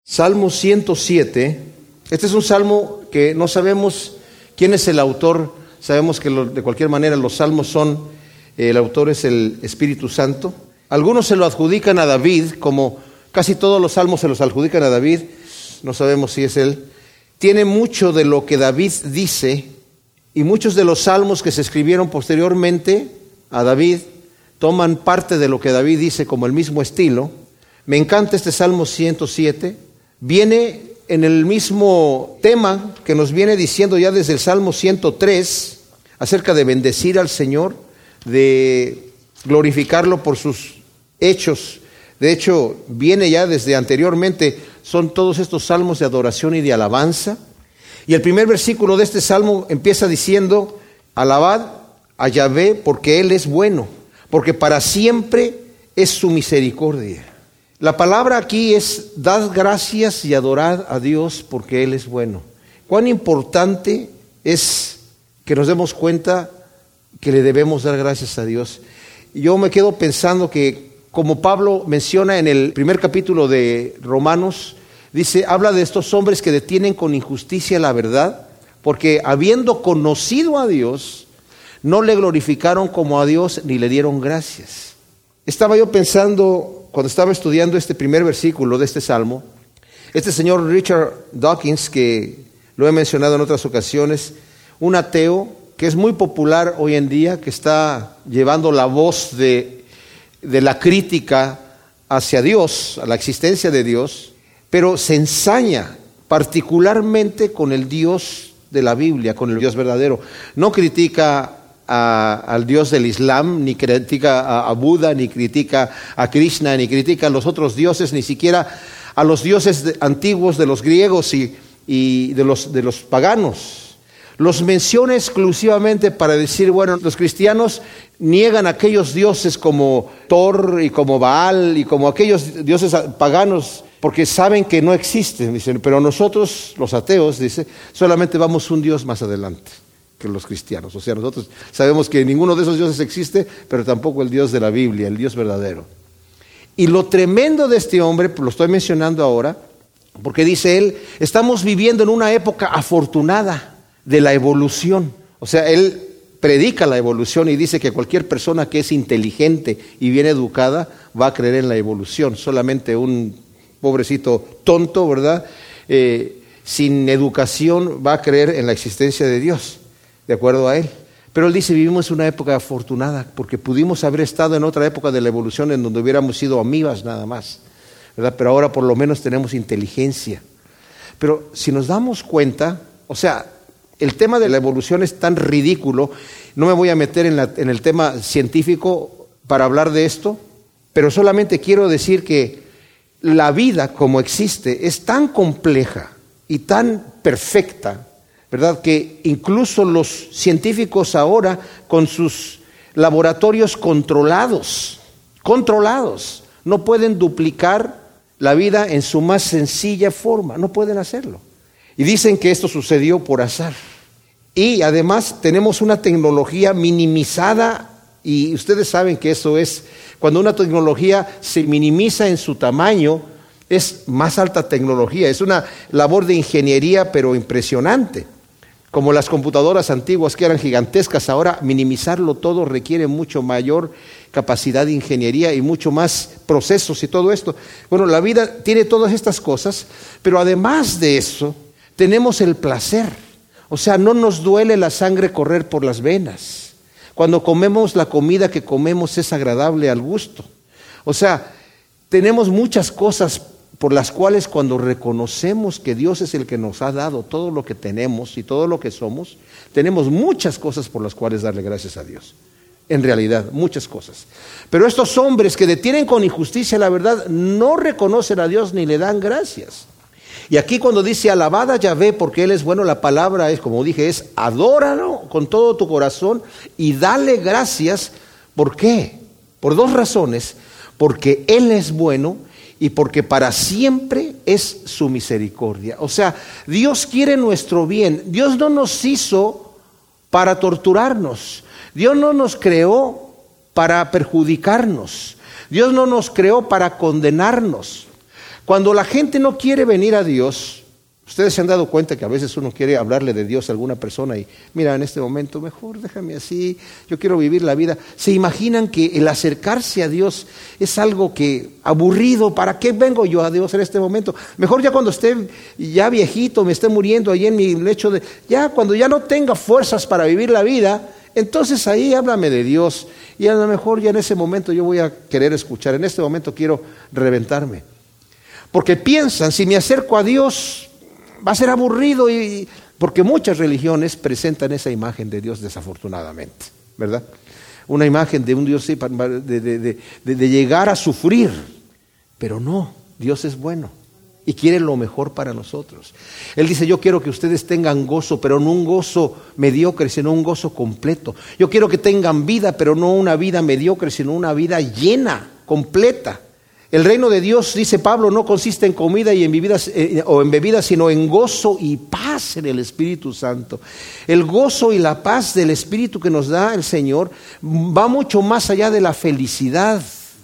Salmo 107. Este es un salmo que no sabemos quién es el autor. Sabemos que de cualquier manera los salmos son, el autor es el Espíritu Santo. Algunos se lo adjudican a David, como casi todos los salmos se los adjudican a David. No sabemos si es él. Tiene mucho de lo que David dice, y muchos de los salmos que se escribieron posteriormente a David toman parte de lo que David dice como el mismo estilo. Me encanta este Salmo 107. Viene en el mismo tema que nos viene diciendo ya desde el Salmo 103, acerca de bendecir al Señor, de glorificarlo por sus hechos. De hecho, viene ya desde anteriormente, son todos estos salmos de adoración y de alabanza. Y el primer versículo de este salmo empieza diciendo: alabad a Yahvé porque Él es bueno, porque para siempre es su misericordia. La palabra aquí es: dad gracias y adorad a Dios porque Él es bueno. Cuán importante es que nos demos cuenta que le debemos dar gracias a Dios. Yo me quedo pensando que, como Pablo menciona en el primer capítulo de Romanos, dice, habla de estos hombres que detienen con injusticia la verdad, porque habiendo conocido a Dios, no le glorificaron como a Dios ni le dieron gracias. Estaba yo pensando, cuando estaba estudiando este primer versículo de este salmo, este señor Richard Dawkins, que lo he mencionado en otras ocasiones, un ateo que es muy popular hoy en día, que está llevando la voz de la crítica hacia Dios, a la existencia de Dios, pero se ensaña particularmente con el Dios de la Biblia, con el Dios verdadero. No critica al Dios del Islam, ni critica a Buda, ni critica a Krishna, ni critica a los otros dioses, ni siquiera a los dioses antiguos de los griegos y de los paganos. Los menciona exclusivamente para decir, bueno, los cristianos niegan a aquellos dioses como Thor y como Baal y como aquellos dioses paganos porque saben que no existen, dicen, pero nosotros, los ateos, dice, solamente vamos un Dios más adelante que los cristianos. O sea, nosotros sabemos que ninguno de esos dioses existe, pero tampoco el Dios de la Biblia, el Dios verdadero. Y lo tremendo de este hombre, lo estoy mencionando ahora, porque dice él, estamos viviendo en una época afortunada de la evolución. O sea, él predica la evolución y dice que cualquier persona que es inteligente y bien educada va a creer en la evolución. Solamente un pobrecito tonto, ¿verdad? Sin educación va a creer en la existencia de Dios, de acuerdo a él. Pero él dice, vivimos una época afortunada porque pudimos haber estado en otra época de la evolución en donde hubiéramos sido amibas nada más, ¿verdad? Pero ahora por lo menos tenemos inteligencia. Pero si nos damos cuenta, o sea, el tema de la evolución es tan ridículo, no me voy a meter en el tema científico para hablar de esto, pero solamente quiero decir que la vida como existe es tan compleja y tan perfecta, ¿verdad? Que incluso los científicos ahora con sus laboratorios controlados, no pueden duplicar la vida en su más sencilla forma, no pueden hacerlo. Y dicen que esto sucedió por azar. Y además tenemos una tecnología minimizada, y ustedes saben que eso es, cuando una tecnología se minimiza en su tamaño, es más alta tecnología, es una labor de ingeniería pero impresionante. Como las computadoras antiguas que eran gigantescas, ahora minimizarlo todo requiere mucho mayor capacidad de ingeniería y mucho más procesos y todo esto. Bueno, la vida tiene todas estas cosas, pero además de eso, tenemos el placer. O sea, no nos duele la sangre correr por las venas. Cuando comemos, la comida que comemos es agradable al gusto. O sea, tenemos muchas cosas por las cuales cuando reconocemos que Dios es el que nos ha dado todo lo que tenemos y todo lo que somos, tenemos muchas cosas por las cuales darle gracias a Dios. En realidad, muchas cosas. Pero estos hombres que detienen con injusticia la verdad no reconocen a Dios ni le dan gracias. Y aquí cuando dice alabad a Yahvé porque Él es bueno, la palabra es, como dije, es adóralo con todo tu corazón y dale gracias. ¿Por qué? Por dos razones. Porque Él es bueno y porque para siempre es su misericordia. O sea, Dios quiere nuestro bien. Dios no nos hizo para torturarnos. Dios no nos creó para perjudicarnos. Dios no nos creó para condenarnos. Cuando la gente no quiere venir a Dios, ustedes se han dado cuenta que a veces uno quiere hablarle de Dios a alguna persona y mira, en este momento mejor déjame así, yo quiero vivir la vida. Se imaginan que el acercarse a Dios es algo que aburrido. ¿Para qué vengo yo a Dios en este momento? Mejor ya cuando esté ya viejito, me esté muriendo ahí en mi lecho ya cuando ya no tenga fuerzas para vivir la vida, entonces ahí háblame de Dios y a lo mejor ya en ese momento yo voy a querer escuchar. En este momento quiero reventarme. Porque piensan, si me acerco a Dios va a ser aburrido, porque muchas religiones presentan esa imagen de Dios desafortunadamente, ¿verdad? Una imagen de un Dios de llegar a sufrir, pero no, Dios es bueno y quiere lo mejor para nosotros. Él dice, yo quiero que ustedes tengan gozo, pero no un gozo mediocre, sino un gozo completo. Yo quiero que tengan vida, pero no una vida mediocre, sino una vida llena, completa. El reino de Dios, dice Pablo, no consiste en comida y en bebidas, sino en gozo y paz en el Espíritu Santo. El gozo y la paz del Espíritu que nos da el Señor va mucho más allá de la felicidad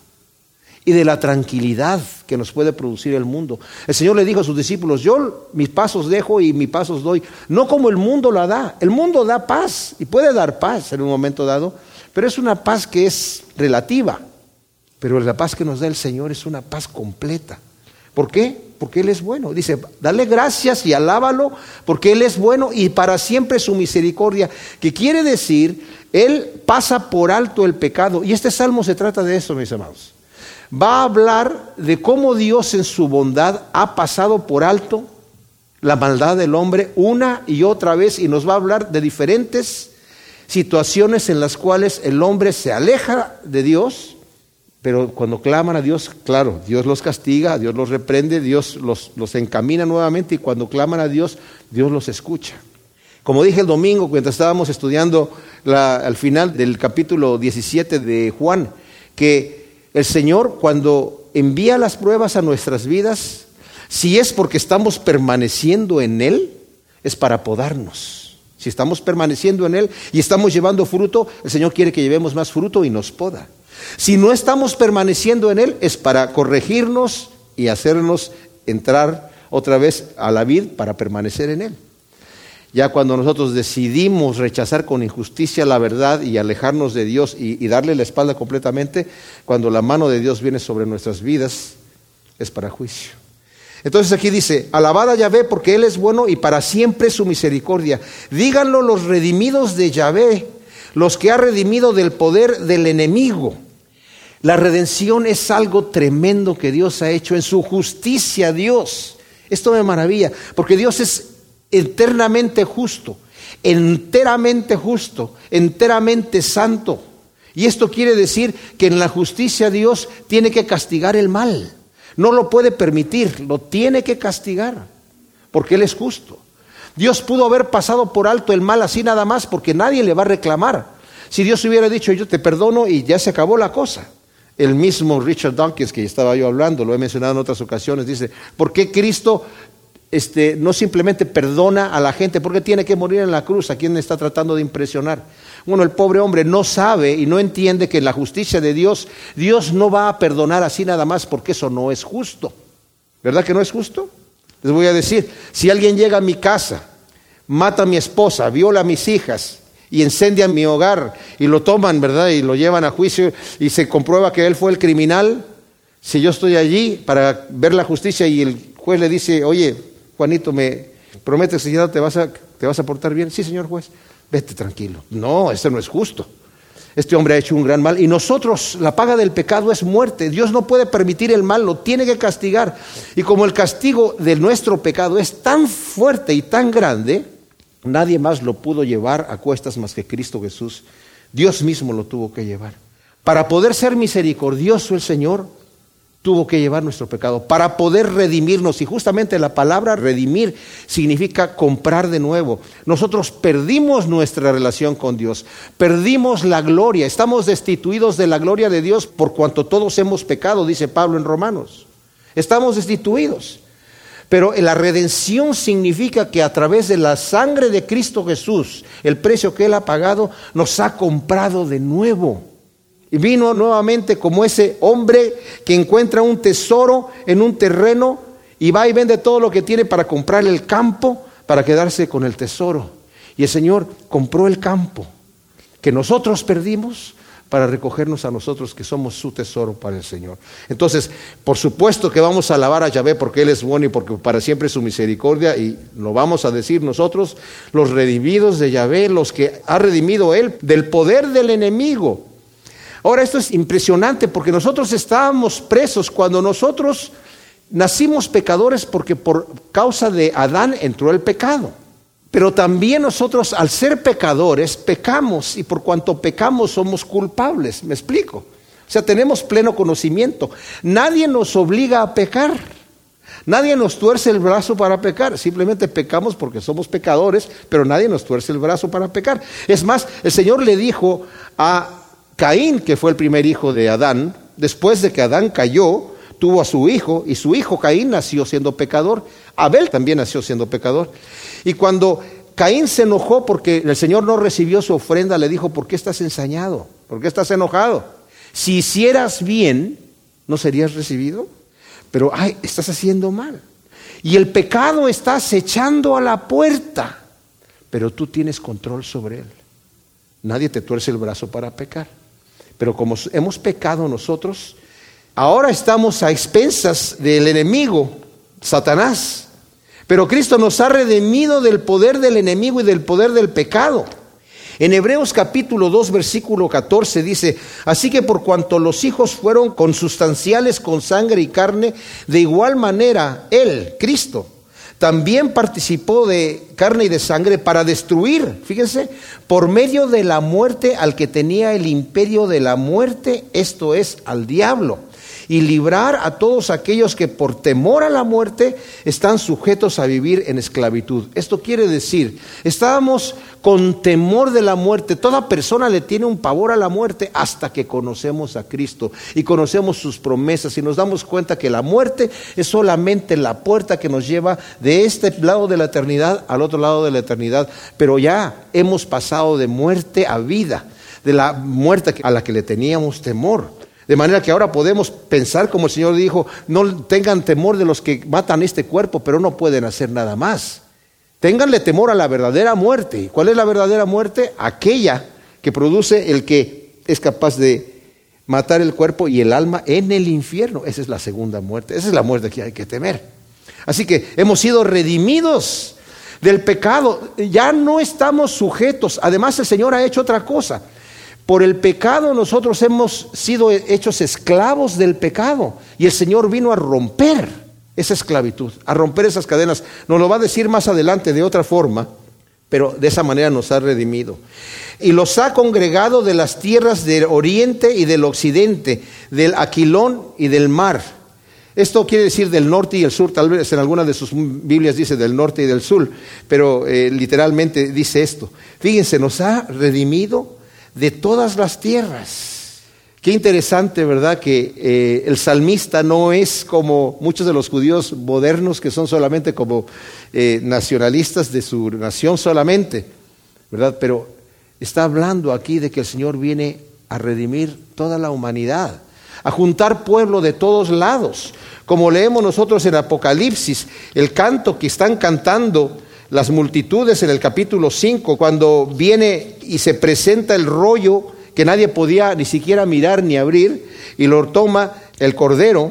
y de la tranquilidad que nos puede producir el mundo. El Señor le dijo a sus discípulos, yo mis pasos dejo y mis pasos doy, no como el mundo la da. El mundo da paz y puede dar paz en un momento dado, pero es una paz que es relativa. Pero la paz que nos da el Señor es una paz completa. ¿Por qué? Porque Él es bueno. Dice, dale gracias y alábalo, porque Él es bueno y para siempre su misericordia. Que quiere decir, Él pasa por alto el pecado. Y este salmo se trata de eso, mis amados. Va a hablar de cómo Dios en su bondad ha pasado por alto la maldad del hombre una y otra vez. Y nos va a hablar de diferentes situaciones en las cuales el hombre se aleja de Dios. Pero cuando claman a Dios, claro, Dios los castiga, Dios los reprende, Dios los encamina nuevamente y cuando claman a Dios, Dios los escucha. Como dije el domingo, cuando estábamos estudiando al final del capítulo 17 de Juan, que el Señor cuando envía las pruebas a nuestras vidas, si es porque estamos permaneciendo en Él, es para podarnos. Si estamos permaneciendo en Él y estamos llevando fruto, el Señor quiere que llevemos más fruto y nos poda. Si no estamos permaneciendo en Él, es para corregirnos y hacernos entrar otra vez a la vid para permanecer en Él. Ya cuando nosotros decidimos rechazar con injusticia la verdad y alejarnos de Dios y darle la espalda completamente, cuando la mano de Dios viene sobre nuestras vidas, es para juicio. Entonces aquí dice, alabad a Yahvé porque Él es bueno y para siempre su misericordia. Díganlo los redimidos de Yahvé, los que ha redimido del poder del enemigo. La redención es algo tremendo que Dios ha hecho en su justicia. Dios, esto me maravilla, porque Dios es eternamente justo, enteramente santo. Y esto quiere decir que en la justicia Dios tiene que castigar el mal. No lo puede permitir, lo tiene que castigar, porque Él es justo. Dios pudo haber pasado por alto el mal así nada más, porque nadie le va a reclamar. Si Dios hubiera dicho, yo te perdono y ya se acabó la cosa. El mismo Richard Dawkins, que estaba yo hablando, lo he mencionado en otras ocasiones, dice, ¿por qué Cristo no simplemente perdona a la gente? ¿Por qué tiene que morir en la cruz? ¿A quién está tratando de impresionar? Bueno, el pobre hombre no sabe y no entiende que en la justicia de Dios, Dios no va a perdonar así nada más, porque eso no es justo. ¿Verdad que no es justo? Les voy a decir, si alguien llega a mi casa, mata a mi esposa, viola a mis hijas y incendia mi hogar y lo toman, ¿verdad? Y lo llevan a juicio y se comprueba que él fue el criminal, si yo estoy allí para ver la justicia y el juez le dice, oye, Juanito, ¿me prometes que ya te vas a portar bien? Sí, señor juez, vete tranquilo. No, eso no es justo. Este hombre ha hecho un gran mal y nosotros, la paga del pecado es muerte. Dios no puede permitir el mal, lo tiene que castigar. Y como el castigo de nuestro pecado es tan fuerte y tan grande, nadie más lo pudo llevar a cuestas más que Cristo Jesús. Dios mismo lo tuvo que llevar. Para poder ser misericordioso el Señor tuvo que llevar nuestro pecado, para poder redimirnos. Y justamente la palabra redimir significa comprar de nuevo. Nosotros perdimos nuestra relación con Dios, perdimos la gloria, estamos destituidos de la gloria de Dios por cuanto todos hemos pecado, dice Pablo en Romanos. Estamos destituidos. Pero la redención significa que a través de la sangre de Cristo Jesús, el precio que Él ha pagado, nos ha comprado de nuevo. Y vino nuevamente como ese hombre que encuentra un tesoro en un terreno y va y vende todo lo que tiene para comprar el campo, para quedarse con el tesoro. Y el Señor compró el campo que nosotros perdimos para recogernos a nosotros que somos su tesoro para el Señor. Entonces, por supuesto que vamos a alabar a Yahvé porque Él es bueno y porque para siempre es su misericordia, y lo vamos a decir nosotros, los redimidos de Yahvé, los que ha redimido Él del poder del enemigo. Ahora, esto es impresionante porque nosotros estábamos presos cuando nosotros nacimos pecadores, porque por causa de Adán entró el pecado. Pero también nosotros, al ser pecadores, pecamos, y por cuanto pecamos somos culpables. ¿Me explico? O sea, tenemos pleno conocimiento. Nadie nos obliga a pecar. Nadie nos tuerce el brazo para pecar. Simplemente pecamos porque somos pecadores, pero nadie nos tuerce el brazo para pecar. Es más, el Señor le dijo a Caín, que fue el primer hijo de Adán, después de que Adán cayó, tuvo a su hijo, y su hijo Caín nació siendo pecador. Abel también nació siendo pecador. Y cuando Caín se enojó porque el Señor no recibió su ofrenda, le dijo: ¿por qué estás ensañado? ¿Por qué estás enojado? Si hicieras bien, ¿no serías recibido? Pero estás haciendo mal. Y el pecado está acechando a la puerta, pero tú tienes control sobre él. Nadie te tuerce el brazo para pecar. Pero como hemos pecado nosotros, ahora estamos a expensas del enemigo, Satanás. Pero Cristo nos ha redimido del poder del enemigo y del poder del pecado. En Hebreos capítulo 2, versículo 14 dice: así que por cuanto los hijos fueron consustanciales con sangre y carne, de igual manera Él, Cristo, también participó de carne y de sangre para destruir, fíjense, por medio de la muerte al que tenía el imperio de la muerte, esto es, al diablo, y librar a todos aquellos que por temor a la muerte están sujetos a vivir en esclavitud. Esto quiere decir, estábamos con temor de la muerte. Toda persona le tiene un pavor a la muerte hasta que conocemos a Cristo y conocemos sus promesas y nos damos cuenta que la muerte es solamente la puerta que nos lleva de este lado de la eternidad al otro lado de la eternidad. Pero ya hemos pasado de muerte a vida, de la muerte a la que le teníamos temor. De manera que ahora podemos pensar, como el Señor dijo: no tengan temor de los que matan este cuerpo, pero no pueden hacer nada más. Ténganle temor a la verdadera muerte. ¿Cuál es la verdadera muerte? Aquella que produce el que es capaz de matar el cuerpo y el alma en el infierno. Esa es la segunda muerte. Esa es la muerte que hay que temer. Así que hemos sido redimidos del pecado. Ya no estamos sujetos. Además, el Señor ha hecho otra cosa. Por el pecado nosotros hemos sido hechos esclavos del pecado, y el Señor vino a romper esa esclavitud, a romper esas cadenas. Nos lo va a decir más adelante de otra forma, pero de esa manera nos ha redimido. Y los ha congregado de las tierras del oriente y del occidente, del Aquilón y del mar. Esto quiere decir del norte y el sur. Tal vez en alguna de sus Biblias dice del norte y del sur, pero literalmente dice esto. Fíjense, nos ha redimido de todas las tierras. Qué interesante, ¿verdad? Que el salmista no es como muchos de los judíos modernos, que son solamente como nacionalistas de su nación solamente, ¿verdad? Pero está hablando aquí de que el Señor viene a redimir toda la humanidad, a juntar pueblo de todos lados. Como leemos nosotros en Apocalipsis, el canto que están cantando las multitudes en el capítulo 5, cuando viene y se presenta el rollo que nadie podía ni siquiera mirar ni abrir, y lo toma el Cordero,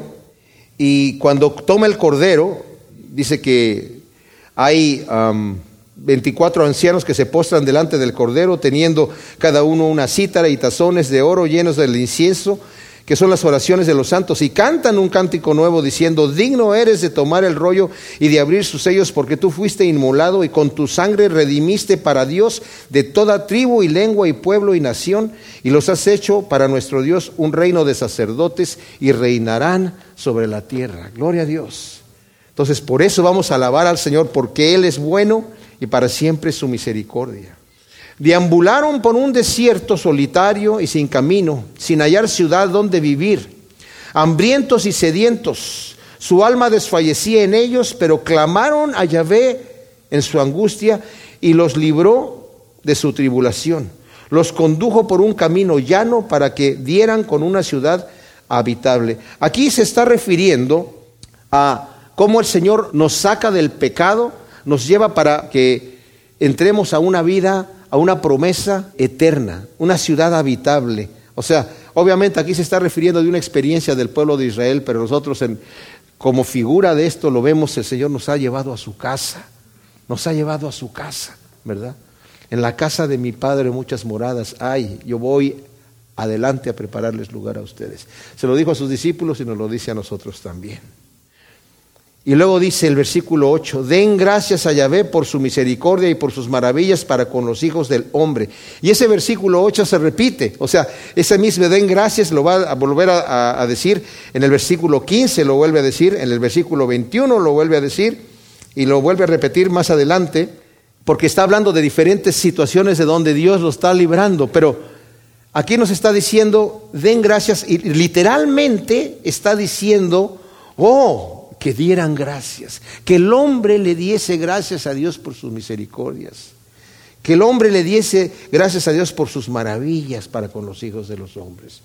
y cuando toma el Cordero, dice que hay 24 ancianos que se postran delante del Cordero, teniendo cada uno una cítara y tazones de oro llenos del incienso, que son las oraciones de los santos, y cantan un cántico nuevo diciendo: digno eres de tomar el rollo y de abrir sus sellos, porque tú fuiste inmolado y con tu sangre redimiste para Dios de toda tribu y lengua y pueblo y nación, y los has hecho para nuestro Dios un reino de sacerdotes, y reinarán sobre la tierra. Gloria a Dios. Entonces, por eso vamos a alabar al Señor, porque Él es bueno y para siempre su misericordia. Deambularon por un desierto solitario y sin camino, sin hallar ciudad donde vivir, hambrientos y sedientos. Su alma desfallecía en ellos, pero clamaron a Yahvé en su angustia y los libró de su tribulación. Los condujo por un camino llano para que dieran con una ciudad habitable. Aquí se está refiriendo a cómo el Señor nos saca del pecado, nos lleva para que entremos a una vida, a una promesa eterna, una ciudad habitable. O sea, obviamente aquí se está refiriendo de una experiencia del pueblo de Israel, pero nosotros como figura de esto lo vemos, el Señor nos ha llevado a su casa, ¿verdad? En la casa de mi Padre muchas moradas hay, yo voy adelante a prepararles lugar a ustedes. Se lo dijo a sus discípulos y nos lo dice a nosotros también. Y luego dice el versículo 8, den gracias a Yahvé por su misericordia y por sus maravillas para con los hijos del hombre. Y ese versículo 8 se repite, o sea, ese mismo den gracias lo va a volver a decir en el versículo 15, lo vuelve a decir, en el versículo 21 lo vuelve a decir y lo vuelve a repetir más adelante, porque está hablando de diferentes situaciones de donde Dios lo está librando, pero aquí nos está diciendo, den gracias, y literalmente está diciendo, que dieran gracias, que el hombre le diese gracias a Dios por sus misericordias, que el hombre le diese gracias a Dios por sus maravillas para con los hijos de los hombres.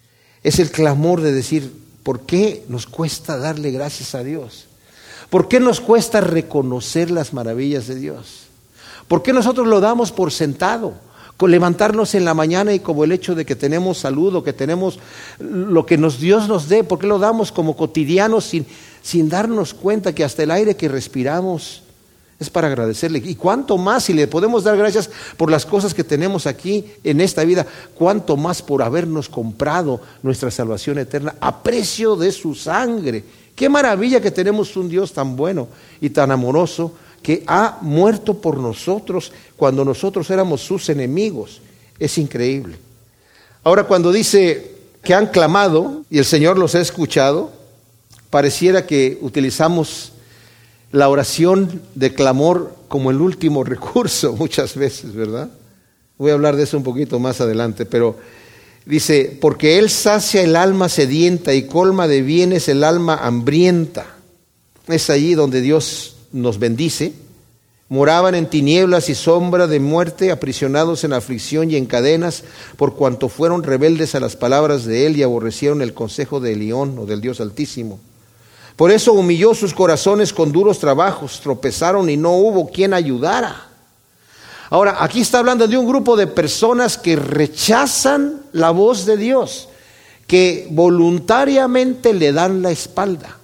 Es el clamor de decir, ¿por qué nos cuesta darle gracias a Dios? ¿Por qué nos cuesta reconocer las maravillas de Dios? ¿Por qué nosotros lo damos por sentado? Con levantarnos en la mañana y como el hecho de que tenemos salud o que tenemos lo que Dios nos dé, ¿por qué lo damos como cotidiano sin darnos cuenta que hasta el aire que respiramos es para agradecerle? Y cuánto más si le podemos dar gracias por las cosas que tenemos aquí en esta vida, cuánto más por habernos comprado nuestra salvación eterna a precio de su sangre. Qué maravilla que tenemos un Dios tan bueno y tan amoroso, que ha muerto por nosotros cuando nosotros éramos sus enemigos. Es increíble. Ahora, cuando dice que han clamado y el Señor los ha escuchado, pareciera que utilizamos la oración de clamor como el último recurso muchas veces, ¿verdad? Voy a hablar de eso un poquito más adelante, pero dice, porque Él sacia el alma sedienta y colma de bienes el alma hambrienta. Es allí donde Dios nos bendice. Moraban en tinieblas y sombra de muerte, aprisionados en aflicción y en cadenas, por cuanto fueron rebeldes a las palabras de Él y aborrecieron el consejo de Elión o del Dios Altísimo. Por eso humilló sus corazones con duros trabajos, tropezaron y no hubo quien ayudara. Ahora, aquí está hablando de un grupo de personas que rechazan la voz de Dios, que voluntariamente le dan la espalda.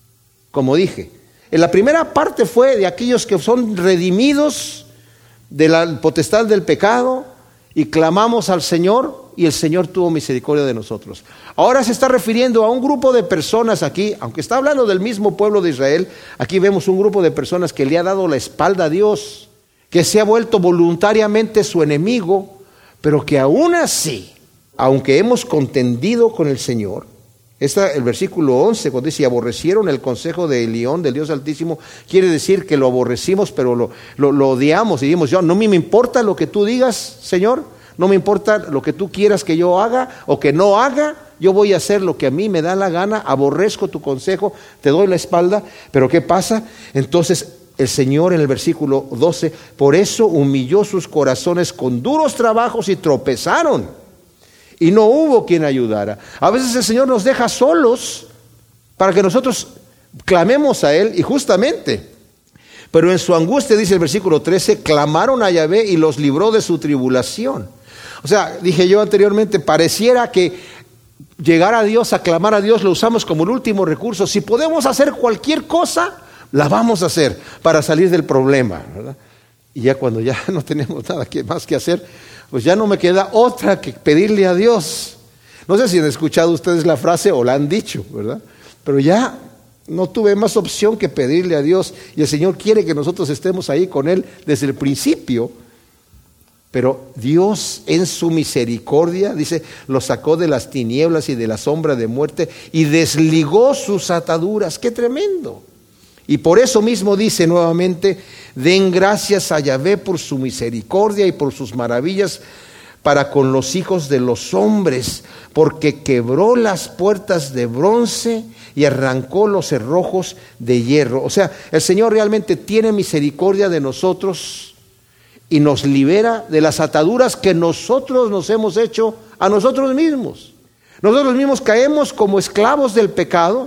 Como dije, en la primera parte fue de aquellos que son redimidos de la potestad del pecado y clamamos al Señor y el Señor tuvo misericordia de nosotros. Ahora se está refiriendo a un grupo de personas aquí, aunque está hablando del mismo pueblo de Israel, aquí vemos un grupo de personas que le ha dado la espalda a Dios, que se ha vuelto voluntariamente su enemigo, pero que aún así, aunque hemos contendido con el Señor, está el versículo 11, cuando dice, aborrecieron el consejo de Elión, del Dios Altísimo, quiere decir que lo aborrecimos, pero lo odiamos y dijimos, no me importa lo que tú digas, Señor, no me importa lo que tú quieras que yo haga o que no haga, yo voy a hacer lo que a mí me da la gana, aborrezco tu consejo, te doy la espalda, pero ¿qué pasa? Entonces el Señor en el versículo 12, por eso humilló sus corazones con duros trabajos y tropezaron. Y no hubo quien ayudara. A veces el Señor nos deja solos para que nosotros clamemos a Él, y justamente, pero en su angustia, dice el versículo 13, clamaron a Yahvé y los libró de su tribulación. O sea, dije yo anteriormente, pareciera que llegar a Dios, a clamar a Dios, lo usamos como el último recurso. Si podemos hacer cualquier cosa, la vamos a hacer para salir del problema, ¿verdad? Y ya cuando ya no tenemos nada más que hacer, pues ya no me queda otra que pedirle a Dios. No sé si han escuchado ustedes la frase o la han dicho, ¿verdad? Pero ya no tuve más opción que pedirle a Dios. Y el Señor quiere que nosotros estemos ahí con Él desde el principio. Pero Dios en su misericordia, dice, los sacó de las tinieblas y de la sombra de muerte y desligó sus ataduras. ¡Qué tremendo! Y por eso mismo dice nuevamente, den gracias a Yahvé por su misericordia y por sus maravillas para con los hijos de los hombres, porque quebró las puertas de bronce y arrancó los cerrojos de hierro. O sea, el Señor realmente tiene misericordia de nosotros y nos libera de las ataduras que nosotros nos hemos hecho a nosotros mismos. Nosotros mismos caemos como esclavos del pecado.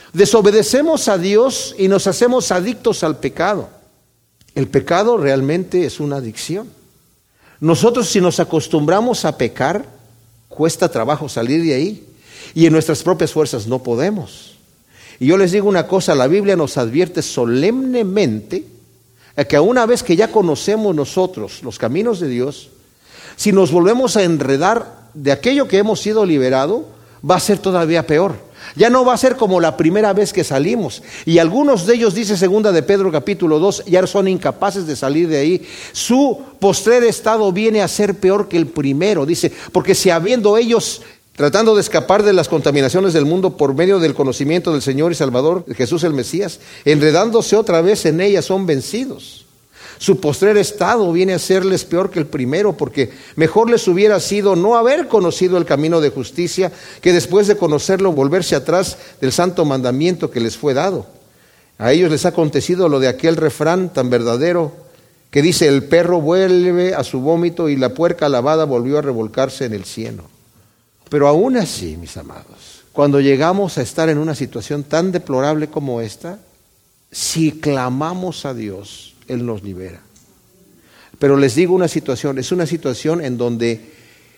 Desobedecemos a Dios y nos hacemos adictos al pecado. El pecado realmente es una adicción. Nosotros, si nos acostumbramos a pecar, cuesta trabajo salir de ahí, y en nuestras propias fuerzas no podemos. Y yo les digo una cosa, la Biblia nos advierte solemnemente que una vez que ya conocemos nosotros los caminos de Dios, si nos volvemos a enredar de aquello que hemos sido liberado, va a ser todavía peor. Ya no va a ser como la primera vez que salimos. Y algunos de ellos, dice 2 de Pedro capítulo 2, ya son incapaces de salir de ahí. Su postrer estado viene a ser peor que el primero. Dice, porque si habiendo ellos tratando de escapar de las contaminaciones del mundo por medio del conocimiento del Señor y Salvador, Jesús el Mesías, enredándose otra vez en ellas, son vencidos. Su postrer estado viene a serles peor que el primero, porque mejor les hubiera sido no haber conocido el camino de justicia, que después de conocerlo volverse atrás del santo mandamiento que les fue dado. A ellos les ha acontecido lo de aquel refrán tan verdadero que dice, el perro vuelve a su vómito y la puerca lavada volvió a revolcarse en el cieno. Pero aún así, mis amados, cuando llegamos a estar en una situación tan deplorable como esta, si clamamos a Dios, Él nos libera. Pero les digo una situación, es una situación en donde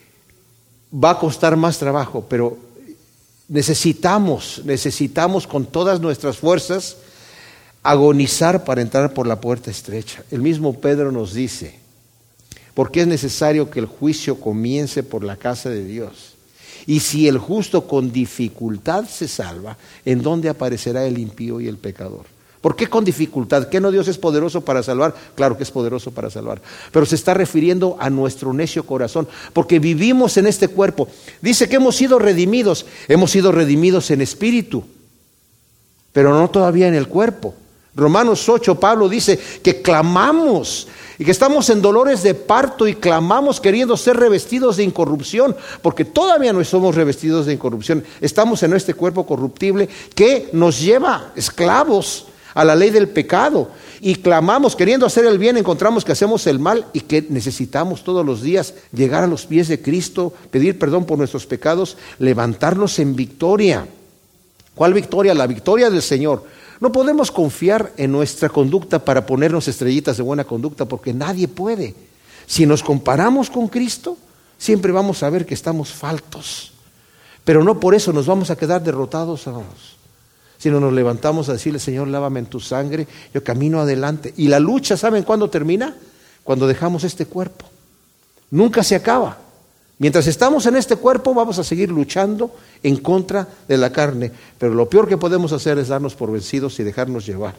va a costar más trabajo, pero necesitamos con todas nuestras fuerzas agonizar para entrar por la puerta estrecha. El mismo Pedro nos dice, porque es necesario que el juicio comience por la casa de Dios. Y si el justo con dificultad se salva, ¿en dónde aparecerá el impío y el pecador? ¿Por qué con dificultad? ¿Qué no Dios es poderoso para salvar? Claro que es poderoso para salvar. Pero se está refiriendo a nuestro necio corazón, porque vivimos en este cuerpo. Dice que hemos sido redimidos en espíritu, pero no todavía en el cuerpo. Romanos 8, Pablo dice que clamamos y que estamos en dolores de parto y clamamos queriendo ser revestidos de incorrupción, porque todavía no somos revestidos de incorrupción. Estamos en este cuerpo corruptible que nos lleva esclavos a la ley del pecado, y clamamos queriendo hacer el bien, encontramos que hacemos el mal y que necesitamos todos los días llegar a los pies de Cristo, pedir perdón por nuestros pecados, levantarnos en victoria. ¿Cuál victoria? La victoria del Señor. No podemos confiar en nuestra conducta para ponernos estrellitas de buena conducta, porque nadie puede. Si nos comparamos con Cristo, siempre vamos a ver que estamos faltos, pero no por eso nos vamos a quedar derrotados, amados, sino nos levantamos a decirle, Señor, lávame en tu sangre, yo camino adelante. Y la lucha, ¿saben cuándo termina? Cuando dejamos este cuerpo. Nunca se acaba. Mientras estamos en este cuerpo vamos a seguir luchando en contra de la carne, pero lo peor que podemos hacer es darnos por vencidos y dejarnos llevar.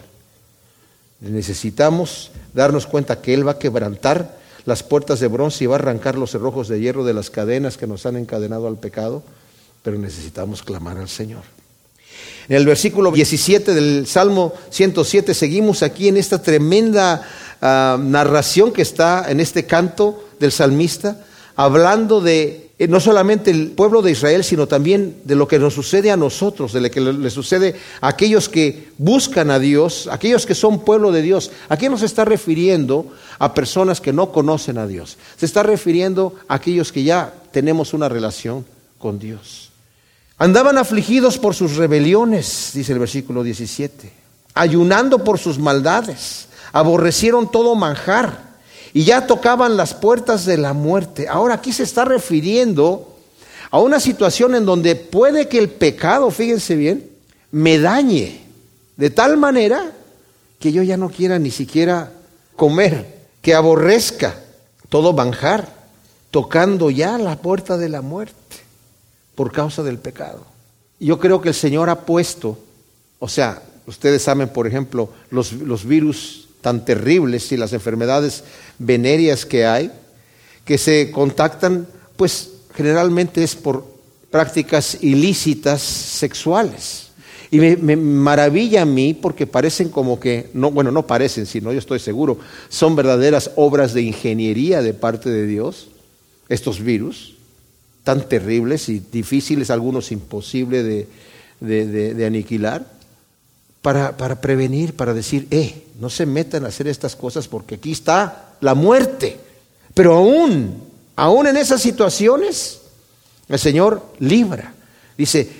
Necesitamos darnos cuenta que Él va a quebrantar las puertas de bronce y va a arrancar los cerrojos de hierro de las cadenas que nos han encadenado al pecado, pero necesitamos clamar al Señor. En el versículo 17 del Salmo 107 seguimos aquí en esta tremenda narración que está en este canto del salmista, hablando de no solamente el pueblo de Israel, sino también de lo que nos sucede a nosotros, de lo que le sucede a aquellos que buscan a Dios, aquellos que son pueblo de Dios. ¿A quién nos está refiriendo? A personas que no conocen a Dios. Se está refiriendo a aquellos que ya tenemos una relación con Dios. Andaban afligidos por sus rebeliones, dice el versículo 17, ayunando por sus maldades, aborrecieron todo manjar y ya tocaban las puertas de la muerte. Ahora aquí se está refiriendo a una situación en donde puede que el pecado, fíjense bien, me dañe de tal manera que yo ya no quiera ni siquiera comer, que aborrezca todo manjar, tocando ya la puerta de la muerte por causa del pecado. Yo creo que el Señor ha puesto, ustedes saben, por ejemplo, los virus tan terribles y las enfermedades venéreas que hay, que se contactan, pues generalmente es por prácticas ilícitas sexuales. Y me maravilla a mí porque parecen como que, no parecen, sino yo estoy seguro, son verdaderas obras de ingeniería de parte de Dios, estos virus tan terribles y difíciles, algunos imposibles de aniquilar, para prevenir, para decir, no se metan a hacer estas cosas porque aquí está la muerte. Pero aún en esas situaciones, el Señor libra. Dice,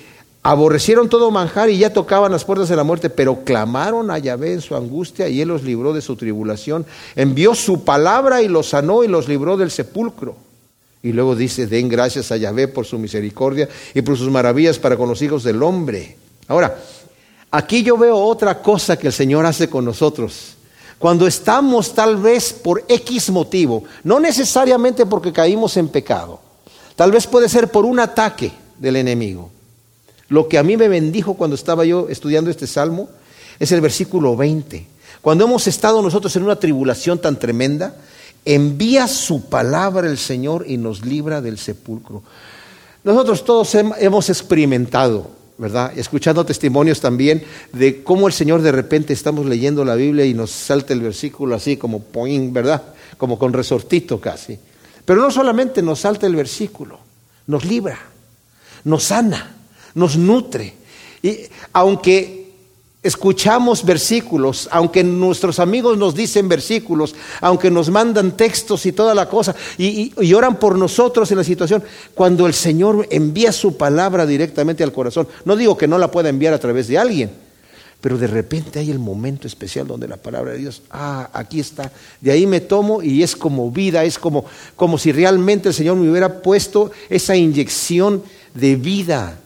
Aborrecieron todo manjar y ya tocaban las puertas de la muerte, pero clamaron a Yahvé en su angustia y él los libró de su tribulación. Envió su palabra y los sanó y los libró del sepulcro. Y luego dice, den gracias a Yahvé por su misericordia y por sus maravillas para con los hijos del hombre. Ahora, aquí yo veo otra cosa que el Señor hace con nosotros. Cuando estamos tal vez por X motivo, no necesariamente porque caímos en pecado, tal vez puede ser por un ataque del enemigo. Lo que a mí me bendijo cuando estaba yo estudiando este salmo es el versículo 20. Cuando hemos estado nosotros en una tribulación tan tremenda, envía su palabra el Señor y nos libra del sepulcro. Nosotros todos hemos experimentado, ¿verdad? Escuchando testimonios también de cómo el Señor de repente estamos leyendo la Biblia y nos salta el versículo así como poing, ¿verdad? Como con resortito casi. Pero no solamente nos salta el versículo, nos libra, nos sana, nos nutre. Y aunque escuchamos versículos, aunque nuestros amigos nos dicen versículos, aunque nos mandan textos y toda la cosa, y oran por nosotros en la situación, cuando el Señor envía su palabra directamente al corazón, no digo que no la pueda enviar a través de alguien, pero de repente hay el momento especial donde la palabra de Dios, aquí está, de ahí me tomo y es como vida, es como si realmente el Señor me hubiera puesto esa inyección de vida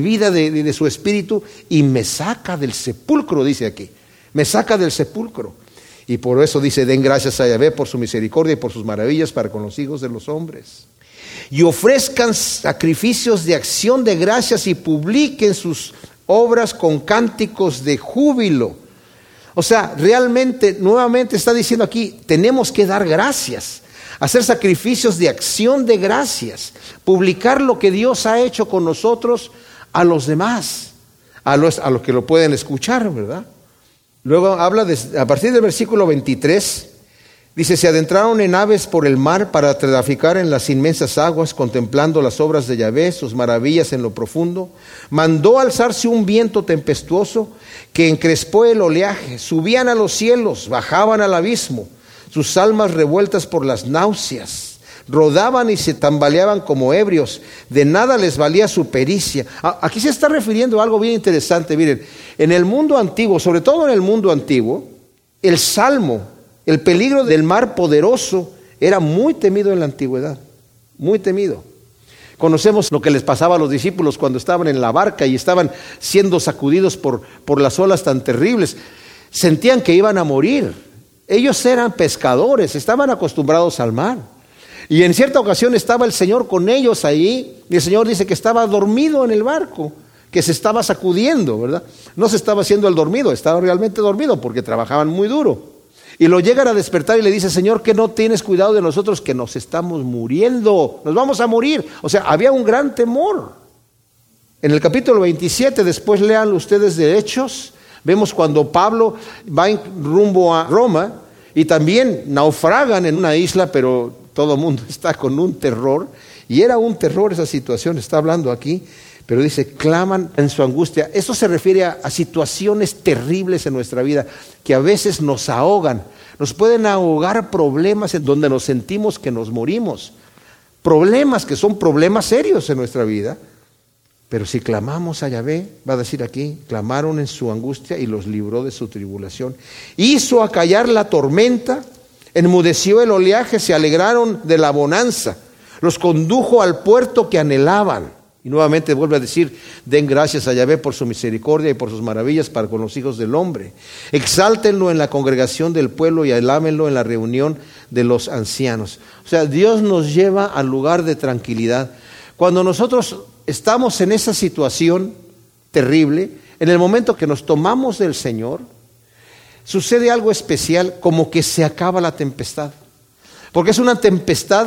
de su espíritu y me saca del sepulcro, dice aquí, me saca del sepulcro. Y por eso dice, den gracias a Yahvé por su misericordia y por sus maravillas para con los hijos de los hombres. Y ofrezcan sacrificios de acción de gracias y publiquen sus obras con cánticos de júbilo. O sea, realmente, nuevamente está diciendo aquí, tenemos que dar gracias. Hacer sacrificios de acción de gracias, publicar lo que Dios ha hecho con nosotros a los demás, a los que lo pueden escuchar, ¿verdad? Luego habla a partir del versículo 23, dice, se adentraron en naves por el mar para traficar en las inmensas aguas, contemplando las obras de Yahvé, sus maravillas en lo profundo. Mandó alzarse un viento tempestuoso que encrespó el oleaje, subían a los cielos, bajaban al abismo, sus almas revueltas por las náuseas. Rodaban y se tambaleaban como ebrios, de nada les valía su pericia. Aquí se está refiriendo a algo bien interesante. Miren, en el mundo antiguo, sobre todo en el mundo antiguo, el salmo, el peligro del mar poderoso era muy temido en la antigüedad, muy temido. Conocemos lo que les pasaba a los discípulos cuando estaban en la barca y estaban siendo sacudidos por las olas tan terribles. Sentían que iban a morir. Ellos eran pescadores, estaban acostumbrados al mar. Y en cierta ocasión estaba el Señor con ellos ahí, y el Señor dice que estaba dormido en el barco, que se estaba sacudiendo, ¿verdad? No se estaba haciendo el dormido, estaba realmente dormido porque trabajaban muy duro. Y lo llegan a despertar y le dice, Señor, que no tienes cuidado de nosotros, que nos estamos muriendo, nos vamos a morir. O sea, había un gran temor. En el capítulo 27, después lean ustedes de Hechos, vemos cuando Pablo va rumbo a Roma y también naufragan en una isla, pero todo el mundo está con un terror, y era un terror esa situación, está hablando aquí, pero dice, claman en su angustia. Eso se refiere a situaciones terribles en nuestra vida, que a veces nos ahogan, nos pueden ahogar problemas en donde nos sentimos que nos morimos, problemas que son problemas serios en nuestra vida, pero si clamamos a Yahvé, va a decir aquí, clamaron en su angustia y los libró de su tribulación, hizo acallar la tormenta, enmudeció el oleaje, se alegraron de la bonanza, los condujo al puerto que anhelaban. Y nuevamente vuelve a decir, den gracias a Yahvé por su misericordia y por sus maravillas para con los hijos del hombre. Exáltenlo en la congregación del pueblo y alámenlo en la reunión de los ancianos. O sea, Dios nos lleva al lugar de tranquilidad. Cuando nosotros estamos en esa situación terrible, en el momento que nos tomamos del Señor, sucede algo especial, como que se acaba la tempestad. Porque es una tempestad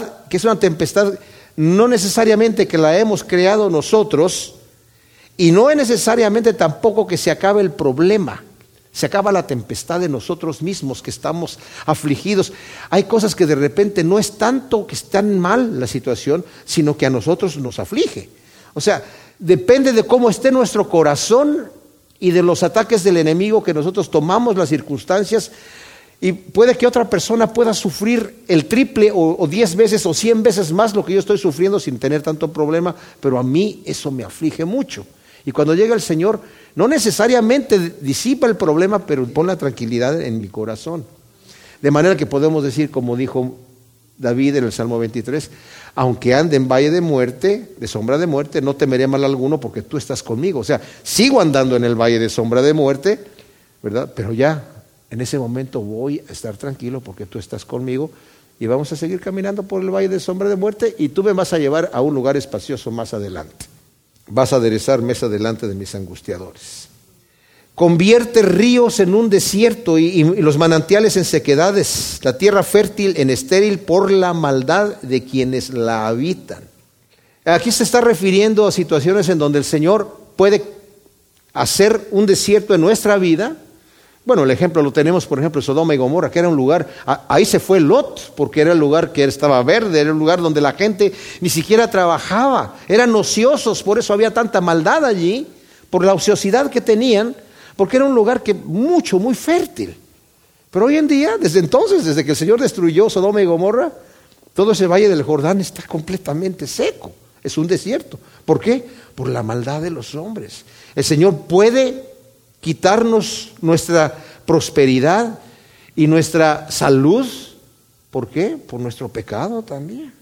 no necesariamente que la hemos creado nosotros, y no es necesariamente tampoco que se acabe el problema. Se acaba la tempestad de nosotros mismos que estamos afligidos. Hay cosas que de repente no es tanto que están mal la situación, sino que a nosotros nos aflige. O sea, depende de cómo esté nuestro corazón y de los ataques del enemigo que nosotros tomamos las circunstancias, y puede que otra persona pueda sufrir el triple o 10 veces o 100 veces más lo que yo estoy sufriendo sin tener tanto problema, pero a mí eso me aflige mucho. Y cuando llega el Señor, no necesariamente disipa el problema, pero pone la tranquilidad en mi corazón. De manera que podemos decir, como dijo David en el Salmo 23, aunque ande en valle de muerte, de sombra de muerte, no temeré mal alguno porque tú estás conmigo. O sea, sigo andando en el valle de sombra de muerte, ¿verdad? Pero ya, en ese momento voy a estar tranquilo porque tú estás conmigo y vamos a seguir caminando por el valle de sombra de muerte y tú me vas a llevar a un lugar espacioso más adelante. Vas a aderezar mesa delante de mis angustiadores. Convierte ríos en un desierto y los manantiales en sequedades, la tierra fértil en estéril por la maldad de quienes la habitan. Aquí se está refiriendo a situaciones en donde el Señor puede hacer un desierto en nuestra vida. Bueno, el ejemplo lo tenemos, por ejemplo, en Sodoma y Gomorra, que era un lugar, ahí se fue Lot, porque era el lugar que estaba verde, era un lugar donde la gente ni siquiera trabajaba, eran ociosos, por eso había tanta maldad allí, por la ociosidad que tenían, porque era un lugar muy fértil. Pero hoy en día, desde entonces, desde que el Señor destruyó Sodoma y Gomorra, todo ese valle del Jordán está completamente seco, es un desierto. ¿Por qué? Por la maldad de los hombres. El Señor puede quitarnos nuestra prosperidad y nuestra salud. ¿Por qué? Por nuestro pecado también.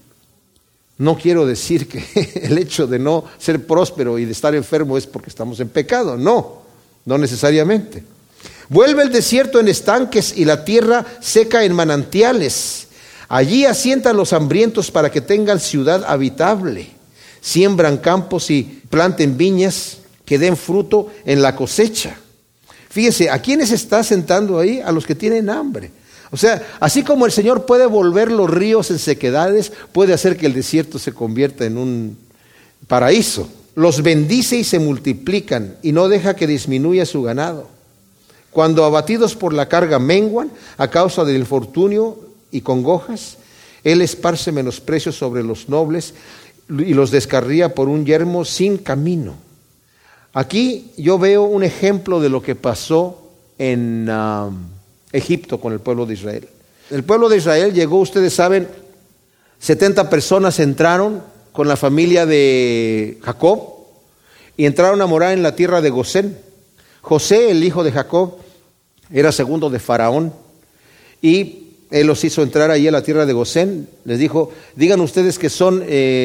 No quiero decir que el hecho de no ser próspero y de estar enfermo es porque estamos en pecado. No necesariamente. Vuelve el desierto en estanques y la tierra seca en manantiales. Allí asientan los hambrientos para que tengan ciudad habitable. Siembran campos y planten viñas que den fruto en la cosecha. Fíjese, ¿a quiénes está sentando ahí? A los que tienen hambre. O sea, así como el Señor puede volver los ríos en sequedades, puede hacer que el desierto se convierta en un paraíso. Los bendice y se multiplican y no deja que disminuya su ganado. Cuando abatidos por la carga menguan a causa del infortunio y congojas, Él esparce menosprecio sobre los nobles y los descarría por un yermo sin camino. Aquí yo veo un ejemplo de lo que pasó en Egipto con el pueblo de Israel. El pueblo de Israel llegó, ustedes saben, 70 personas entraron con la familia de Jacob y entraron a morar en la tierra de Gosén. José, el hijo de Jacob, era segundo de Faraón y él los hizo entrar ahí a la tierra de Gosén. Les dijo, digan ustedes que son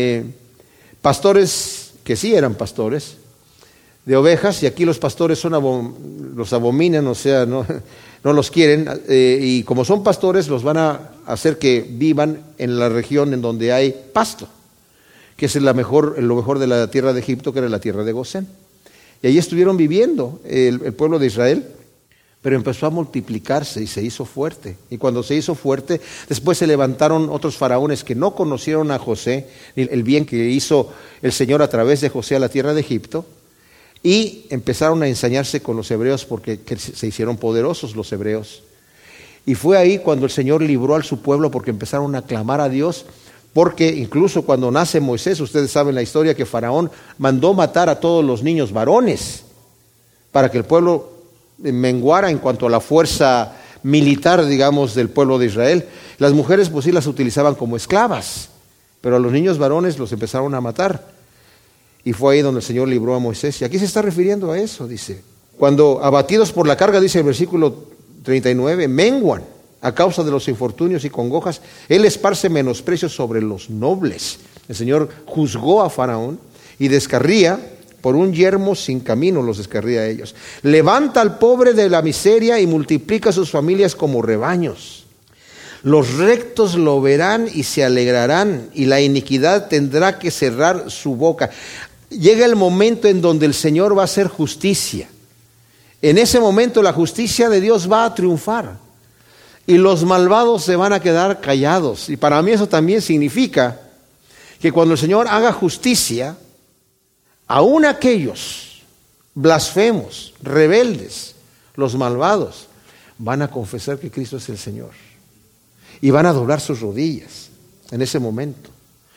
pastores, que sí eran pastores de ovejas, y aquí los pastores los abominan, o sea, no los quieren, y como son pastores los van a hacer que vivan en la región en donde hay pasto, que es lo mejor de la tierra de Egipto, que era la tierra de Gosén. Y allí estuvieron viviendo el pueblo de Israel, pero empezó a multiplicarse y se hizo fuerte. Y cuando se hizo fuerte, después se levantaron otros faraones que no conocieron a José, ni el bien que hizo el Señor a través de José a la tierra de Egipto, y empezaron a ensañarse con los hebreos porque se hicieron poderosos los hebreos. Y fue ahí cuando el Señor libró a su pueblo, porque empezaron a clamar a Dios, porque incluso cuando nace Moisés, ustedes saben la historia, que Faraón mandó matar a todos los niños varones para que el pueblo menguara en cuanto a la fuerza militar, digamos, del pueblo de Israel. Las mujeres pues sí las utilizaban como esclavas, pero a los niños varones los empezaron a matar. Y fue ahí donde el Señor libró a Moisés. Y aquí se está refiriendo a eso, dice. Cuando abatidos por la carga, dice el versículo 39, menguan a causa de los infortunios y congojas, Él esparce menosprecio sobre los nobles. El Señor juzgó a Faraón y descarría por un yermo sin camino, los descarría a ellos. Levanta al pobre de la miseria y multiplica sus familias como rebaños. Los rectos lo verán y se alegrarán, y la iniquidad tendrá que cerrar su boca. Llega el momento en donde el Señor va a hacer justicia. En ese momento la justicia de Dios va a triunfar y los malvados se van a quedar callados. Y para mí eso también significa que cuando el Señor haga justicia, aún aquellos blasfemos, rebeldes, los malvados, van a confesar que Cristo es el Señor y van a doblar sus rodillas en ese momento.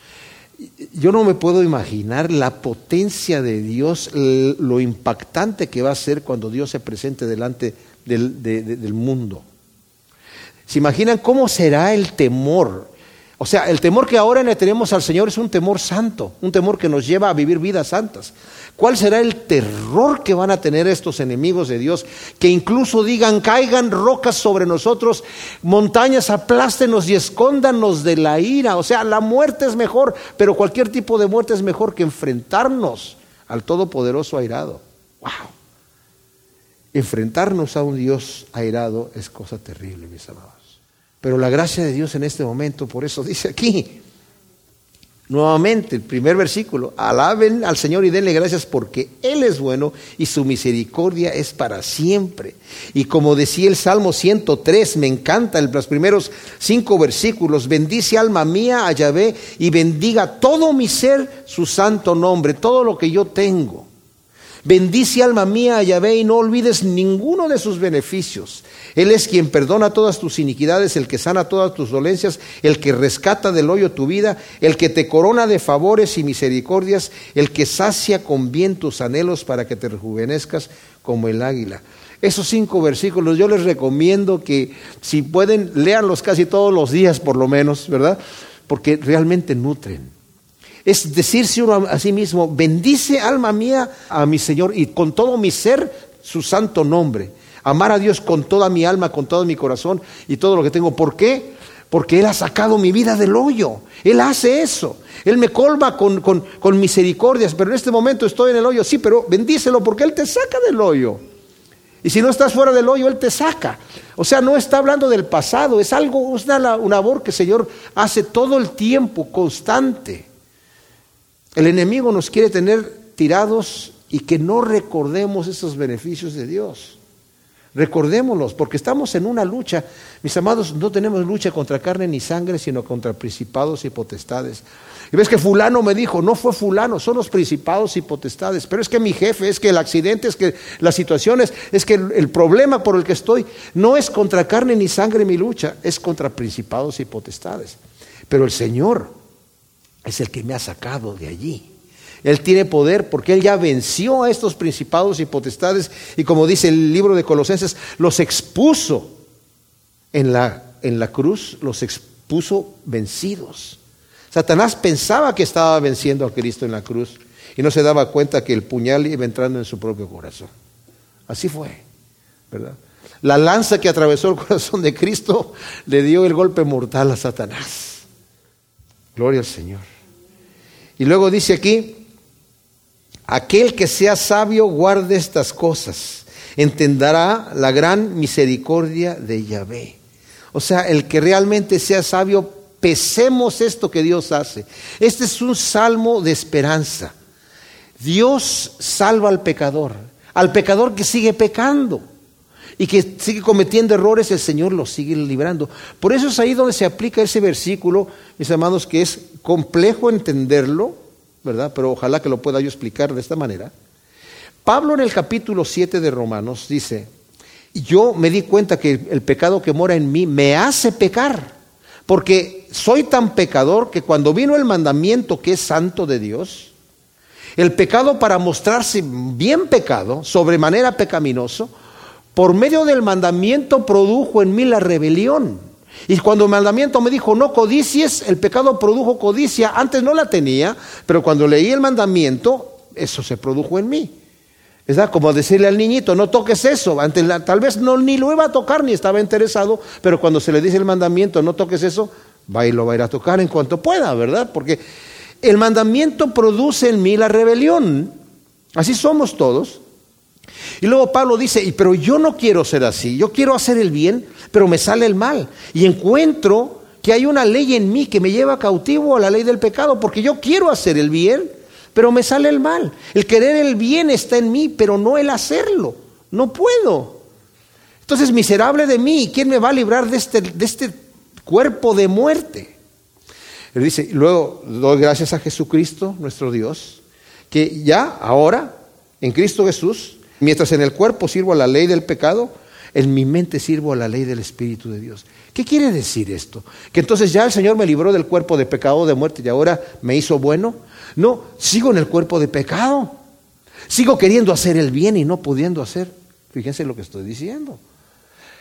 Yo no me puedo imaginar la potencia de Dios, lo impactante que va a ser cuando Dios se presente delante del mundo. ¿Se imaginan cómo será el temor? O sea, el temor que ahora le tenemos al Señor es un temor santo, un temor que nos lleva a vivir vidas santas. ¿Cuál será el terror que van a tener estos enemigos de Dios? Que incluso digan, caigan rocas sobre nosotros, montañas aplástenos y escóndanos de la ira. O sea, la muerte es mejor, pero cualquier tipo de muerte es mejor que enfrentarnos al Todopoderoso airado. ¡Wow! Enfrentarnos a un Dios airado es cosa terrible, mis amados. Pero la gracia de Dios en este momento, por eso dice aquí, nuevamente el primer versículo, alaben al Señor y denle gracias porque Él es bueno y su misericordia es para siempre. Y como decía el Salmo 103, me encanta los primeros 5 versículos, bendice alma mía a Yahvé y bendiga todo mi ser su santo nombre, todo lo que yo tengo. Bendice alma mía a Yahvé y no olvides ninguno de sus beneficios. Él es quien perdona todas tus iniquidades, el que sana todas tus dolencias, el que rescata del hoyo tu vida, el que te corona de favores y misericordias, el que sacia con bien tus anhelos para que te rejuvenezcas como el águila. Esos 5 versículos yo les recomiendo que si pueden, léanlos casi todos los días por lo menos, ¿verdad? Porque realmente nutren. Es decirse uno a sí mismo, bendice alma mía a mi Señor y con todo mi ser su santo nombre. Amar a Dios con toda mi alma, con todo mi corazón y todo lo que tengo. ¿Por qué? Porque Él ha sacado mi vida del hoyo. Él hace eso. Él me colma con misericordias, pero en este momento estoy en el hoyo. Sí, pero bendícelo porque Él te saca del hoyo. Y si no estás fuera del hoyo, Él te saca. O sea, no está hablando del pasado. Es algo, es una labor que el Señor hace todo el tiempo, constante. El enemigo nos quiere tener tirados y que no recordemos esos beneficios de Dios. Recordémoslos, porque estamos en una lucha. Mis amados, no tenemos lucha contra carne ni sangre, sino contra principados y potestades. Y ves que fulano me dijo, no fue fulano, son los principados y potestades. Pero es que mi jefe, es que el accidente, es que las situaciones, es que el problema por el que estoy, no es contra carne ni sangre mi lucha, es contra principados y potestades. Pero el Señor es el que me ha sacado de allí. Él tiene poder porque Él ya venció a estos principados y potestades y como dice el libro de Colosenses, los expuso en la cruz, los expuso vencidos. Satanás pensaba que estaba venciendo a Cristo en la cruz y no se daba cuenta que el puñal iba entrando en su propio corazón. Así fue, ¿verdad? La lanza que atravesó el corazón de Cristo le dio el golpe mortal a Satanás. Gloria al Señor. Y luego dice aquí, aquel que sea sabio guarde estas cosas, entenderá la gran misericordia de Yahvé. O sea, el que realmente sea sabio, pesemos esto que Dios hace. Este es un salmo de esperanza. Dios salva al pecador que sigue pecando y que sigue cometiendo errores, el Señor los sigue librando. Por eso es ahí donde se aplica ese versículo, mis amados, que es complejo entenderlo, ¿verdad? Pero ojalá que lo pueda yo explicar de esta manera. Pablo en el capítulo 7 de Romanos dice, yo me di cuenta que el pecado que mora en mí me hace pecar, porque soy tan pecador que cuando vino el mandamiento que es santo de Dios, el pecado para mostrarse bien pecado, sobremanera pecaminoso, por medio del mandamiento produjo en mí la rebelión. Y cuando el mandamiento me dijo no codicies, el pecado produjo codicia. Antes no la tenía, pero cuando leí el mandamiento, eso se produjo en mí. ¿Verdad? Como decirle al niñito, no toques eso. Antes tal vez ni lo iba a tocar ni estaba interesado, pero cuando se le dice el mandamiento, no toques eso, va y lo va a ir a tocar en cuanto pueda, ¿verdad? Porque el mandamiento produce en mí la rebelión. Así somos todos. Y luego Pablo dice, pero yo no quiero ser así, yo quiero hacer el bien, pero me sale el mal. Y encuentro que hay una ley en mí que me lleva cautivo a la ley del pecado, porque yo quiero hacer el bien, pero me sale el mal. El querer el bien está en mí, pero no el hacerlo. No puedo. Entonces, miserable de mí, ¿quién me va a librar de este cuerpo de muerte? Él dice, luego doy gracias a Jesucristo, nuestro Dios, que ya, ahora, en Cristo Jesús, mientras en el cuerpo sirvo a la ley del pecado, en mi mente sirvo a la ley del Espíritu de Dios. ¿Qué quiere decir esto? ¿Que entonces ya el Señor me libró del cuerpo de pecado, de muerte y ahora me hizo bueno? No, sigo en el cuerpo de pecado. Sigo queriendo hacer el bien y no pudiendo hacer. Fíjense lo que estoy diciendo.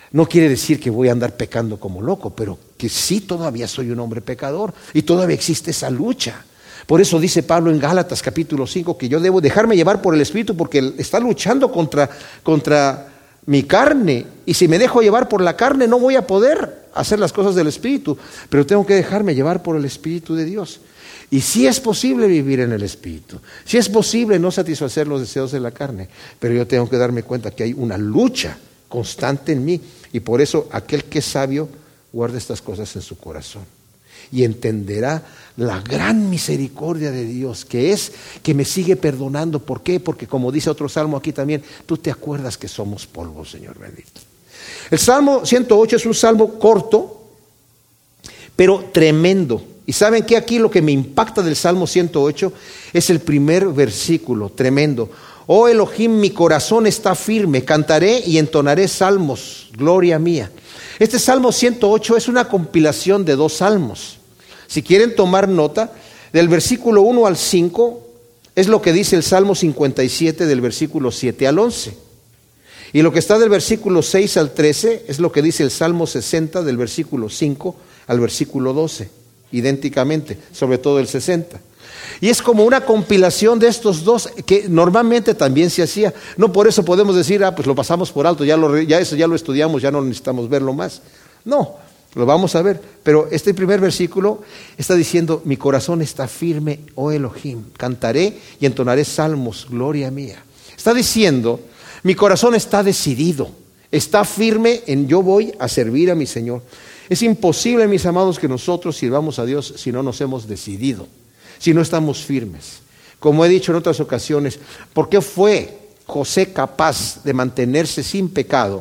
No quiere decir que voy a andar pecando como loco, pero que sí todavía soy un hombre pecador y todavía existe esa lucha. Por eso dice Pablo en Gálatas capítulo 5 que yo debo dejarme llevar por el Espíritu porque Él está luchando contra mi carne. Y si me dejo llevar por la carne no voy a poder hacer las cosas del Espíritu, pero tengo que dejarme llevar por el Espíritu de Dios. Y sí es posible vivir en el Espíritu, sí es posible no satisfacer los deseos de la carne, pero yo tengo que darme cuenta que hay una lucha constante en mí. Y por eso aquel que es sabio guarda estas cosas en su corazón y entenderá la gran misericordia de Dios, que es que me sigue perdonando. ¿Por qué? Porque como dice otro salmo aquí también, tú te acuerdas que somos polvo, Señor bendito. El Salmo 108 es un salmo corto, pero tremendo. Y ¿saben qué? Aquí lo que me impacta del Salmo 108 es el primer versículo, tremendo. Oh Elohim, mi corazón está firme, cantaré y entonaré salmos, gloria mía. Este Salmo 108 es una compilación de 2 salmos. Si quieren tomar nota, del versículo 1 al 5 es lo que dice el Salmo 57 del versículo 7 al 11. Y lo que está del versículo 6 al 13 es lo que dice el Salmo 60 del versículo 5 al versículo 12, idénticamente, sobre todo el 60. Y es como una compilación de estos 2 que normalmente también se hacía. No por eso podemos decir, pues lo pasamos por alto, eso ya lo estudiamos, ya no necesitamos verlo más. No, lo vamos a ver. Pero este primer versículo está diciendo, mi corazón está firme, oh Elohim, cantaré y entonaré salmos, gloria mía. Está diciendo, mi corazón está decidido, está firme en yo voy a servir a mi Señor. Es imposible, mis amados, que nosotros sirvamos a Dios si no nos hemos decidido, si no estamos firmes. Como he dicho en otras ocasiones, ¿por qué fue José capaz de mantenerse sin pecado?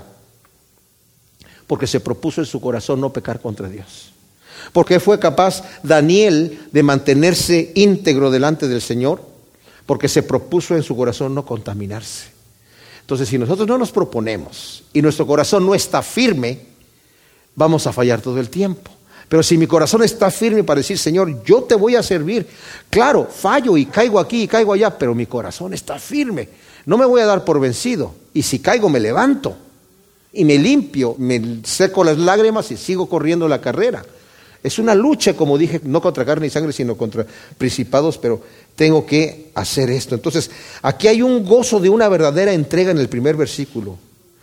Porque se propuso en su corazón no pecar contra Dios. ¿Por qué fue capaz Daniel de mantenerse íntegro delante del Señor? Porque se propuso en su corazón no contaminarse. Entonces, si nosotros no nos proponemos y nuestro corazón no está firme, vamos a fallar todo el tiempo. Pero si mi corazón está firme para decir, Señor, yo te voy a servir. Claro, fallo y caigo aquí y caigo allá, pero mi corazón está firme. No me voy a dar por vencido. Y si caigo, me levanto y me limpio, me seco las lágrimas y sigo corriendo la carrera. Es una lucha, como dije, no contra carne y sangre, sino contra principados, pero tengo que hacer esto. Entonces, aquí hay un gozo de una verdadera entrega en el primer versículo.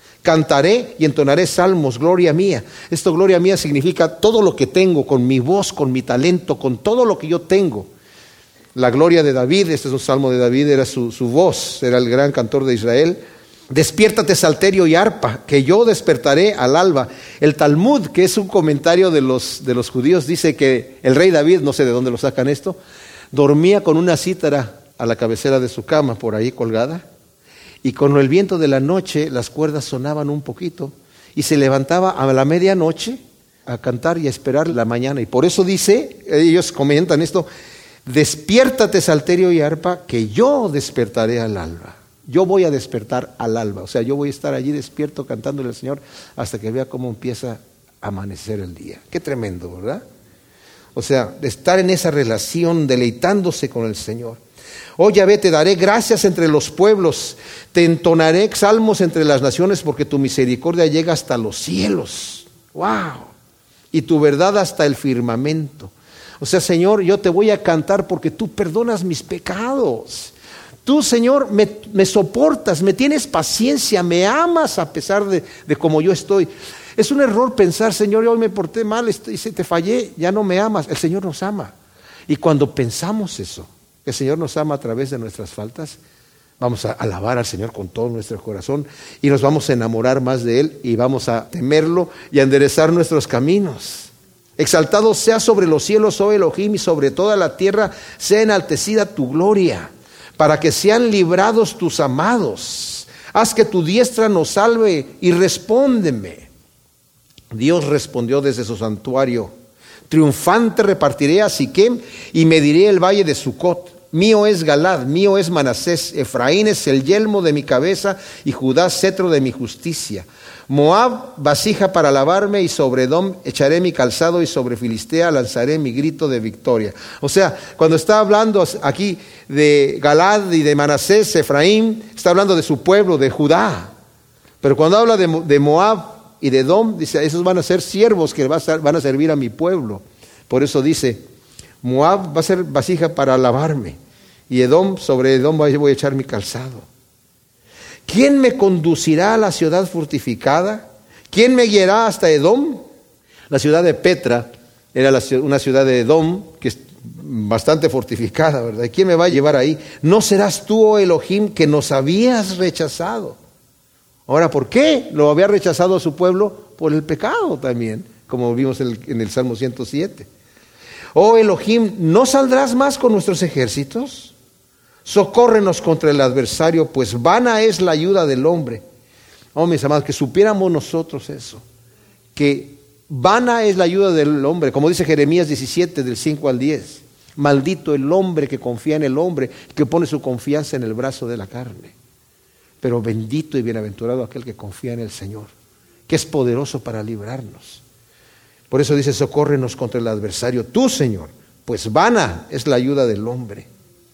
Cantaré y entonaré salmos, gloria mía. Esto, gloria mía, significa todo lo que tengo, con mi voz, con mi talento, con todo lo que yo tengo. La gloria de David, este es un salmo de David, era su voz, era el gran cantor de Israel. Despiértate, salterio y arpa, que yo despertaré al alba. El Talmud, que es un comentario de los judíos, dice que el rey David, no sé de dónde lo sacan esto, dormía con una cítara a la cabecera de su cama, por ahí colgada. Y con el viento de la noche las cuerdas sonaban un poquito y se levantaba a la medianoche a cantar y a esperar la mañana. Y por eso dice, ellos comentan esto, despiértate, salterio y arpa, que yo despertaré al alba. Yo voy a despertar al alba, o sea, yo voy a estar allí despierto cantándole al Señor hasta que vea cómo empieza a amanecer el día. Qué tremendo, ¿verdad? O sea, de estar en esa relación, deleitándose con el Señor. Oh Yahvé, te daré gracias entre los pueblos, te entonaré salmos entre las naciones, porque tu misericordia llega hasta los cielos. ¡Wow! Y tu verdad hasta el firmamento. O sea, Señor, yo te voy a cantar porque tú perdonas mis pecados. Tú, Señor, me soportas, me tienes paciencia, me amas a pesar de cómo yo estoy. Es un error pensar, Señor, hoy me porté mal, te fallé, ya no me amas. El Señor nos ama. Y cuando pensamos eso, que el Señor nos ama a través de nuestras faltas, vamos a alabar al Señor con todo nuestro corazón y nos vamos a enamorar más de Él y vamos a temerlo y a enderezar nuestros caminos. Exaltado sea sobre los cielos, oh Elohim, y sobre toda la tierra sea enaltecida tu gloria, para que sean librados tus amados. Haz que tu diestra nos salve y respóndeme. Dios respondió desde su santuario. Triunfante repartiré a Siquem y mediré el valle de Sucot. Mío es Galad, mío es Manasés, Efraín es el yelmo de mi cabeza y Judá cetro de mi justicia. Moab, vasija para lavarme, y sobre Edom echaré mi calzado, y sobre Filistea lanzaré mi grito de victoria. O sea, cuando está hablando aquí de Galad y de Manasés, Efraín, está hablando de su pueblo, de Judá. Pero cuando habla de Moab y de Edom, dice, esos van a ser siervos que van a servir a mi pueblo. Por eso dice, Moab va a ser vasija para lavarme, y Edom, sobre Edom voy a echar mi calzado. ¿Quién me conducirá a la ciudad fortificada? ¿Quién me guiará hasta Edom? La ciudad de Petra era una ciudad de Edom que es bastante fortificada, ¿verdad? ¿Quién me va a llevar ahí? ¿No serás tú, oh Elohim, que nos habías rechazado? Ahora, ¿por qué lo había rechazado a su pueblo? Por el pecado también, como vimos en el Salmo 107. Oh Elohim, ¿no saldrás más con nuestros ejércitos? Socórrenos contra el adversario, pues vana es la ayuda del hombre. Oh, mis amados, que supiéramos nosotros eso, que vana es la ayuda del hombre, como dice Jeremías 17, del 5 al 10. Maldito el hombre que confía en el hombre, que pone su confianza en el brazo de la carne. Pero bendito y bienaventurado aquel que confía en el Señor, que es poderoso para librarnos. Por eso dice, socórrenos contra el adversario, tú, Señor, pues vana es la ayuda del hombre.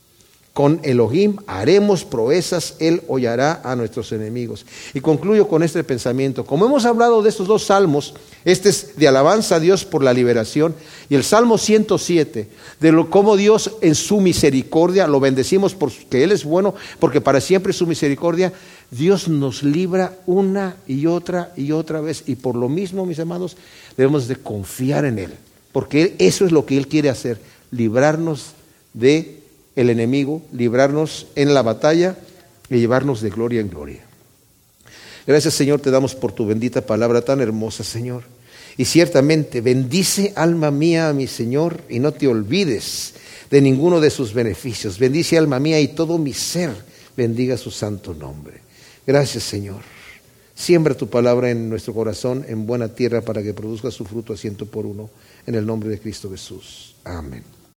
Con Elohim haremos proezas, Él hollará a nuestros enemigos. Y concluyo con este pensamiento. Como hemos hablado de estos dos salmos, este es de alabanza a Dios por la liberación, y el Salmo 107, de cómo Dios en su misericordia, lo bendecimos porque Él es bueno, porque para siempre es su misericordia, Dios nos libra una y otra vez. Y por lo mismo, mis amados, debemos de confiar en Él, porque eso es lo que Él quiere hacer, librarnos de el enemigo, librarnos en la batalla y llevarnos de gloria en gloria. Gracias, Señor, te damos por tu bendita palabra tan hermosa, Señor. Y ciertamente, bendice alma mía a mi Señor y no te olvides de ninguno de sus beneficios. Bendice alma mía y todo mi ser bendiga su santo nombre. Gracias, Señor. Siembra tu palabra en nuestro corazón, en buena tierra, para que produzca su fruto a 100 por 1. En el nombre de Cristo Jesús. Amén.